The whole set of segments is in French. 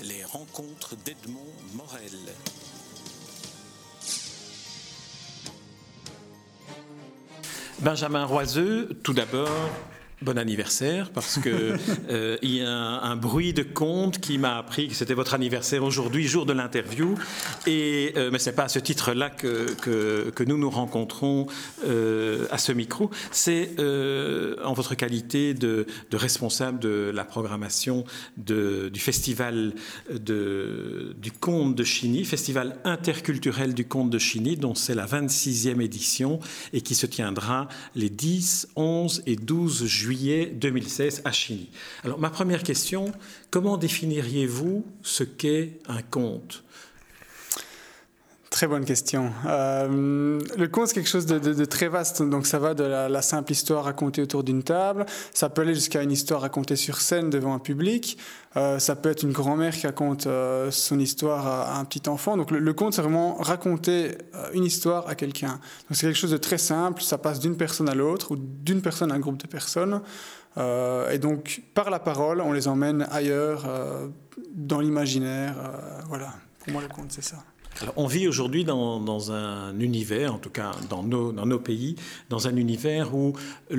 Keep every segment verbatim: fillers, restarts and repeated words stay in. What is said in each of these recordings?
Les rencontres d'Edmond Morel. Benjamin Roiseux, tout d'abord, bon anniversaire, parce qu'il euh, y a un, un bruit de compte qui m'a appris que c'était votre anniversaire aujourd'hui, jour de l'interview. Et, euh, mais ce n'est pas à ce titre-là que, que, que nous nous rencontrons euh, à ce micro. C'est euh, en votre qualité de, de responsable de la programmation de, du festival de, du conte de Chigny, festival interculturel du conte de Chigny, dont c'est la vingt-sixième édition et qui se tiendra les dix, onze et douze juillet deux mille seize à Chigny. Alors, ma première question, comment définiriez-vous ce qu'est un conte ? Très bonne question. Euh, le conte, c'est quelque chose de, de, de très vaste. Donc, ça va de la, la simple histoire racontée autour d'une table. Ça peut aller jusqu'à une histoire racontée sur scène devant un public. Euh, ça peut être une grand-mère qui raconte euh, son histoire à, à un petit enfant. Donc, le, le conte, c'est vraiment raconter euh, une histoire à quelqu'un. Donc, c'est quelque chose de très simple. Ça passe d'une personne à l'autre ou d'une personne à un groupe de personnes. Euh, et donc, par la parole, on les emmène ailleurs, euh, dans l'imaginaire. Euh, voilà. Pour moi, le conte, c'est ça. Alors, on vit aujourd'hui dans, dans un univers, en tout cas dans nos, dans nos pays, dans un univers où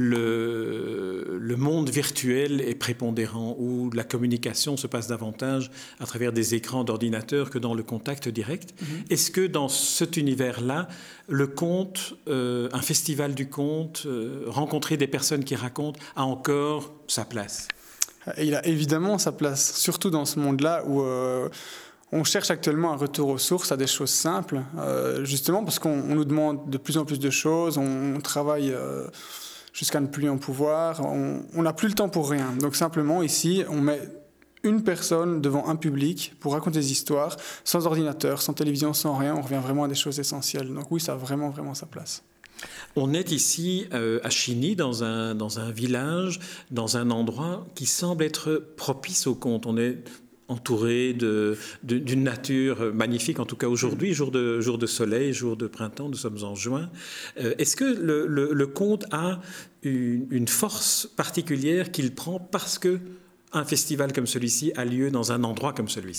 le, le monde virtuel est prépondérant, où la communication se passe davantage à travers des écrans d'ordinateur que dans le contact direct. Mm-hmm. Est-ce que dans cet univers-là, le conte, euh, un festival du conte, euh, rencontrer des personnes qui racontent, a encore sa place ? Et il a évidemment sa place, surtout dans ce monde-là où... Euh On cherche actuellement un retour aux sources, à des choses simples, euh, justement parce qu'on on nous demande de plus en plus de choses, on, on travaille euh, jusqu'à ne plus en pouvoir, on n'a plus le temps pour rien. Donc simplement, ici, on met une personne devant un public pour raconter des histoires, sans ordinateur, sans télévision, sans rien, on revient vraiment à des choses essentielles. Donc oui, ça a vraiment, vraiment sa place. On est ici euh, à Chigny, dans un, dans un village, dans un endroit qui semble être propice au conte. On est entouré de, de, d'une nature magnifique, en tout cas aujourd'hui, jour de, jour de soleil, jour de printemps, nous sommes en juin. Euh, est-ce que le, le, le conte a une, une force particulière qu'il prend parce qu'un festival comme celui-ci a lieu dans un endroit comme celui-ci ?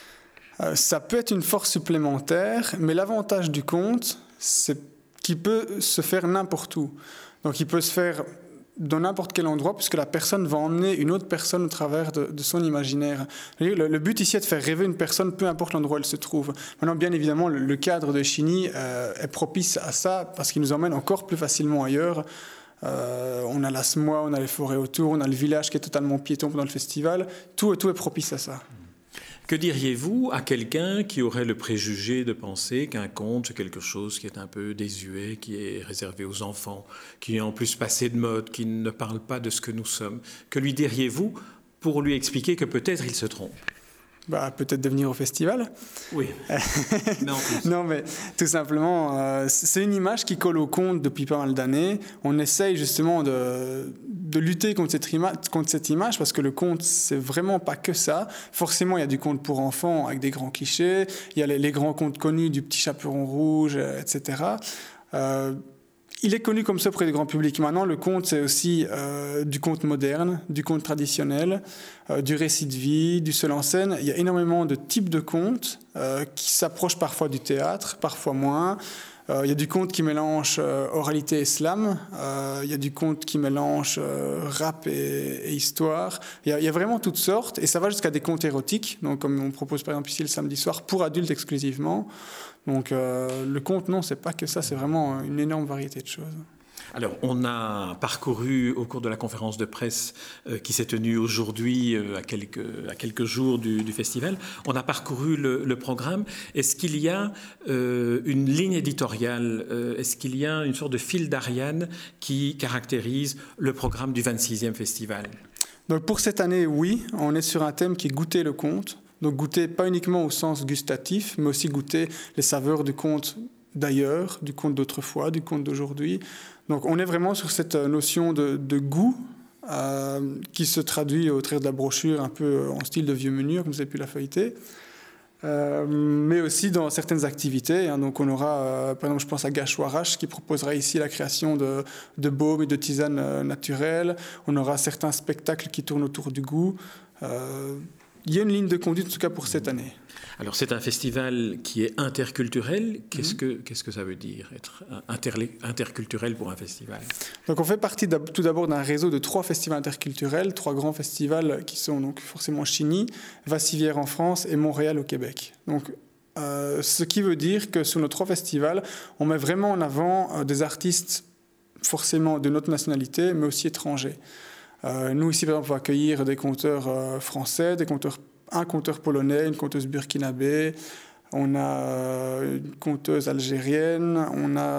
euh, Ça peut être une force supplémentaire, mais l'avantage du conte, c'est qu'il peut se faire n'importe où. Donc il peut se faire dans n'importe quel endroit, puisque la personne va emmener une autre personne au travers de, de son imaginaire. Le, le but ici est de faire rêver une personne, peu importe l'endroit où elle se trouve. Maintenant, bien évidemment, le, le cadre de Chigny euh, est propice à ça, parce qu'il nous emmène encore plus facilement ailleurs. Euh, on a la Smois, on a les forêts autour, on a le village qui est totalement piéton pendant le festival. Tout, tout est propice à ça. Que diriez-vous à quelqu'un qui aurait le préjugé de penser qu'un conte, c'est quelque chose qui est un peu désuet, qui est réservé aux enfants, qui est en plus passé de mode, qui ne parle pas de ce que nous sommes? Que lui diriez-vous pour lui expliquer que peut-être il se trompe? Bah, peut-être de venir au festival. Oui. non, non, mais tout simplement, euh, c'est une image qui colle au conte depuis pas mal d'années. On essaye justement de, de lutter contre cette, ima- contre cette image parce que le conte, c'est vraiment pas que ça. Forcément, il y a du conte pour enfants avec des grands clichés. Il y a les, les grands contes connus du Petit Chaperon Rouge, et cetera. Euh, Il est connu comme ça auprès du grand public. Maintenant, le conte, c'est aussi euh, du conte moderne, du conte traditionnel, euh, du récit de vie, du seul en scène. Il y a énormément de types de contes euh, qui s'approchent parfois du théâtre, parfois moins. Euh, il y a du conte qui mélange euh, oralité et slam. Euh, il y a du conte qui mélange euh, rap et, et histoire. Il y, a, il y a vraiment toutes sortes. Et ça va jusqu'à des contes érotiques, donc comme on propose par exemple ici le samedi soir, pour adultes exclusivement. Donc euh, le conte, non, c'est pas que ça, c'est vraiment une énorme variété de choses. Alors, on a parcouru au cours de la conférence de presse euh, qui s'est tenue aujourd'hui, euh, à, quelques, à quelques jours du, du festival, on a parcouru le, le programme. Est-ce qu'il y a euh, une ligne éditoriale, euh, est-ce qu'il y a une sorte de fil d'Ariane qui caractérise le programme du vingt-sixième festival? Donc pour cette année, oui, on est sur un thème qui est goûter le conte. Donc goûter pas uniquement au sens gustatif, mais aussi goûter les saveurs du conte d'ailleurs, du conte d'autrefois, du conte d'aujourd'hui. Donc on est vraiment sur cette notion de, de goût euh, qui se traduit au travers de la brochure un peu en style de vieux menu, comme vous avez pu la feuilleter, euh, mais aussi dans certaines activités. Hein. Donc on aura, euh, par exemple, je pense à Gâchoirache qui proposera ici la création de, de baumes et de tisanes euh, naturelles. On aura certains spectacles qui tournent autour du goût. Euh, il y a une ligne de conduite, en tout cas pour cette année. Alors, c'est un festival qui est interculturel. Qu'est-ce, mmh. que, qu'est-ce que ça veut dire, être inter- interculturel pour un festival? Donc, on fait partie tout d'abord d'un réseau de trois festivals interculturels, trois grands festivals qui sont donc forcément Chigny, Vassivière en France et Montréal au Québec. Donc, euh, ce qui veut dire que sur nos trois festivals, on met vraiment en avant euh, des artistes forcément de notre nationalité, mais aussi étrangers. Euh, nous, ici, par exemple, on va accueillir des conteurs euh, français, des conteurs un conteur polonais, une conteuse burkinabé, on a euh, une conteuse algérienne, on a...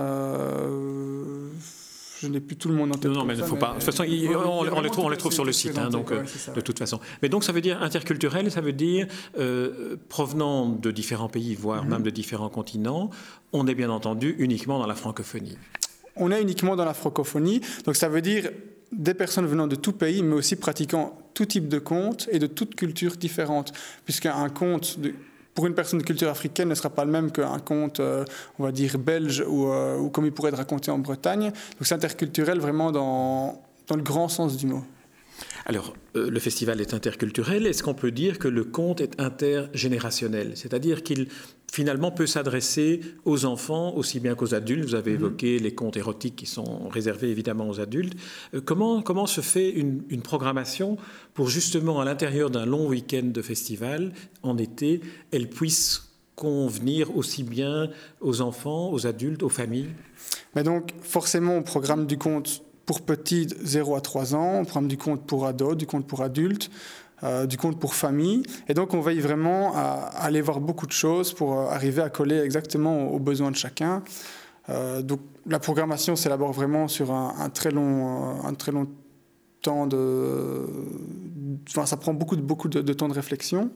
Euh, je n'ai plus tout le monde en tête. Non, non, mais il ne faut pas. De toute façon, il, on, on, les trouve, on les trouve sur le site, hein, donc, ouais, ça, de ouais. toute façon. Mais donc, ça veut dire interculturel, ça veut dire euh, provenant de différents pays, voire mm-hmm. même de différents continents. On est bien entendu uniquement dans la francophonie. On est uniquement dans la francophonie, donc ça veut dire des personnes venant de tout pays, mais aussi pratiquant tout type de conte et de toutes cultures différentes. Puisqu'un conte, de, pour une personne de culture africaine, ne sera pas le même qu'un conte, euh, on va dire, belge ou, euh, ou comme il pourrait être raconté en Bretagne. Donc c'est interculturel vraiment dans, dans le grand sens du mot. Alors, euh, le festival est interculturel. Est-ce qu'on peut dire que le conte est intergénérationnel? C'est-à-dire qu'il, finalement, peut s'adresser aux enfants aussi bien qu'aux adultes. Vous avez mmh. évoqué les contes érotiques qui sont réservés évidemment aux adultes. Euh, comment, comment se fait une, une programmation pour justement, à l'intérieur d'un long week-end de festival, en été, elle puisse convenir aussi bien aux enfants, aux adultes, aux familles? Mais donc, forcément, on programme du conte pour petits zéro à trois ans, on prend du conte pour ados, du conte pour adultes, euh, du conte pour famille. Et donc, on veille vraiment à, à aller voir beaucoup de choses pour euh, arriver à coller exactement aux, aux besoins de chacun. Euh, donc, la programmation s'élabore vraiment sur un, un, très, long, euh, un très long temps de... Enfin, ça prend beaucoup de, beaucoup de, de temps de réflexion.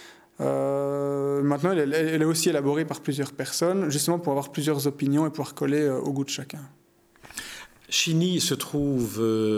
Euh, maintenant, elle, elle est aussi élaborée par plusieurs personnes, justement pour avoir plusieurs opinions et pouvoir coller euh, au goût de chacun. Chigny se trouve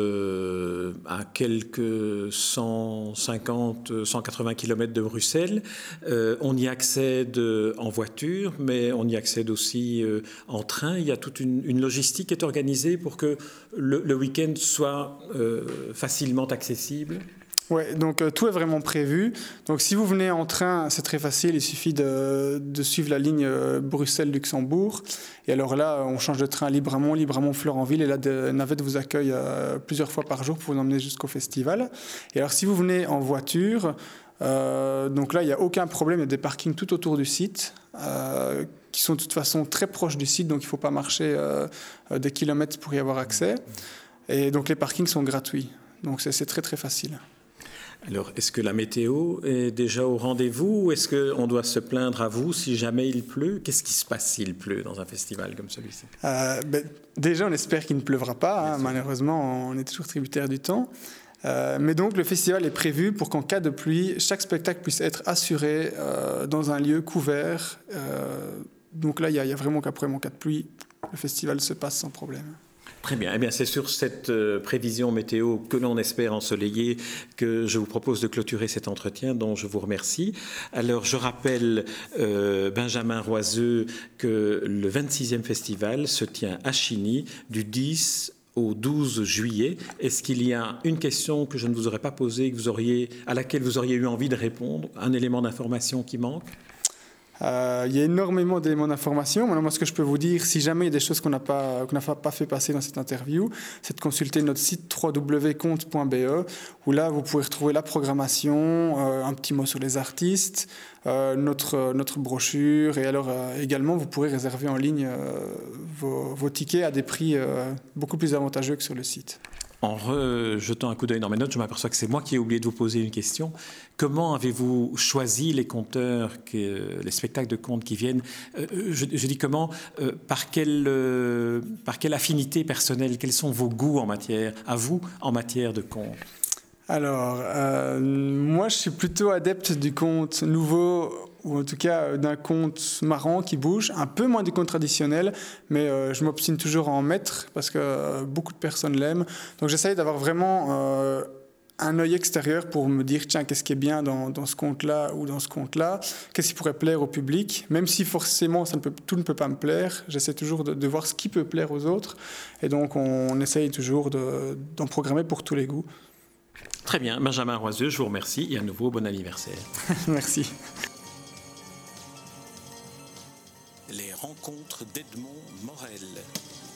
euh, à quelques cent cinquante à cent quatre-vingts kilomètres de Bruxelles. Euh, on y accède en voiture, mais on y accède aussi euh, en train. Il y a toute une, une logistique qui est organisée pour que le, le week-end soit euh, facilement accessible. Oui, donc euh, tout est vraiment prévu. Donc si vous venez en train, c'est très facile, il suffit de, de suivre la ligne euh, Bruxelles-Luxembourg. Et alors là, on change de train à Libramont, Libramont-Florenville, et là, des navettes vous accueillent euh, plusieurs fois par jour pour vous emmener jusqu'au festival. Et alors si vous venez en voiture, euh, donc là, il n'y a aucun problème, il y a des parkings tout autour du site, euh, qui sont de toute façon très proches du site, donc il ne faut pas marcher euh, des kilomètres pour y avoir accès. Et donc les parkings sont gratuits, donc c'est, c'est très très facile. Alors, est-ce que la météo est déjà au rendez-vous ou est-ce qu'on doit se plaindre à vous si jamais il pleut? Qu'est-ce qui se passe s'il pleut dans un festival comme celui-ci? euh, ben, Déjà, on espère qu'il ne pleuvra pas. Hein. Malheureusement, on est toujours tributaire du temps. Euh, mais donc, le festival est prévu pour qu'en cas de pluie, chaque spectacle puisse être assuré euh, dans un lieu couvert. Euh, donc là, il n'y a, a vraiment aucun problème en cas de pluie. Le festival se passe sans problème. Très bien. Eh bien, c'est sur cette euh, prévision météo que l'on espère ensoleillée que je vous propose de clôturer cet entretien dont je vous remercie. Alors, je rappelle, euh, Benjamin Roiseux, que le vingt-sixième festival se tient à Chigny du dix au douze juillet. Est-ce qu'il y a une question que je ne vous aurais pas posée, que vous auriez, à laquelle vous auriez eu envie de répondre, un élément d'information qui manque ? Euh, il y a énormément d'éléments d'information. Maintenant, moi, ce que je peux vous dire, si jamais il y a des choses qu'on n'a pas, qu'on n'a pas fait passer dans cette interview, c'est de consulter notre site w w w point conte point b e, où là, vous pouvez retrouver la programmation, euh, un petit mot sur les artistes, euh, notre, notre brochure, et alors euh, également, vous pourrez réserver en ligne euh, vos, vos tickets à des prix euh, beaucoup plus avantageux que sur le site. En rejetant un coup d'œil dans mes notes, je m'aperçois que c'est moi qui ai oublié de vous poser une question. Comment avez-vous choisi les conteurs, que, les spectacles de contes qui viennent? euh, je, je dis comment, euh, par, quelle, euh, par quelle affinité personnelle? Quels sont vos goûts en matière, à vous, en matière de contes? Alors, euh, moi, je suis plutôt adepte du conte nouveau, ou en tout cas d'un conte marrant qui bouge, un peu moins du conte traditionnel, mais euh, je m'obstine toujours à en mettre parce que euh, beaucoup de personnes l'aiment. Donc j'essaye d'avoir vraiment euh, un œil extérieur pour me dire, tiens, qu'est-ce qui est bien dans, dans ce conte-là ou dans ce conte-là, qu'est-ce qui pourrait plaire au public, même si forcément ça ne peut, tout ne peut pas me plaire, j'essaie toujours de, de voir ce qui peut plaire aux autres, et donc on, on essaye toujours de, d'en programmer pour tous les goûts. Très bien, Benjamin Roiseux, je vous remercie et à nouveau bon anniversaire. Merci. Les rencontres d'Edmond Morel.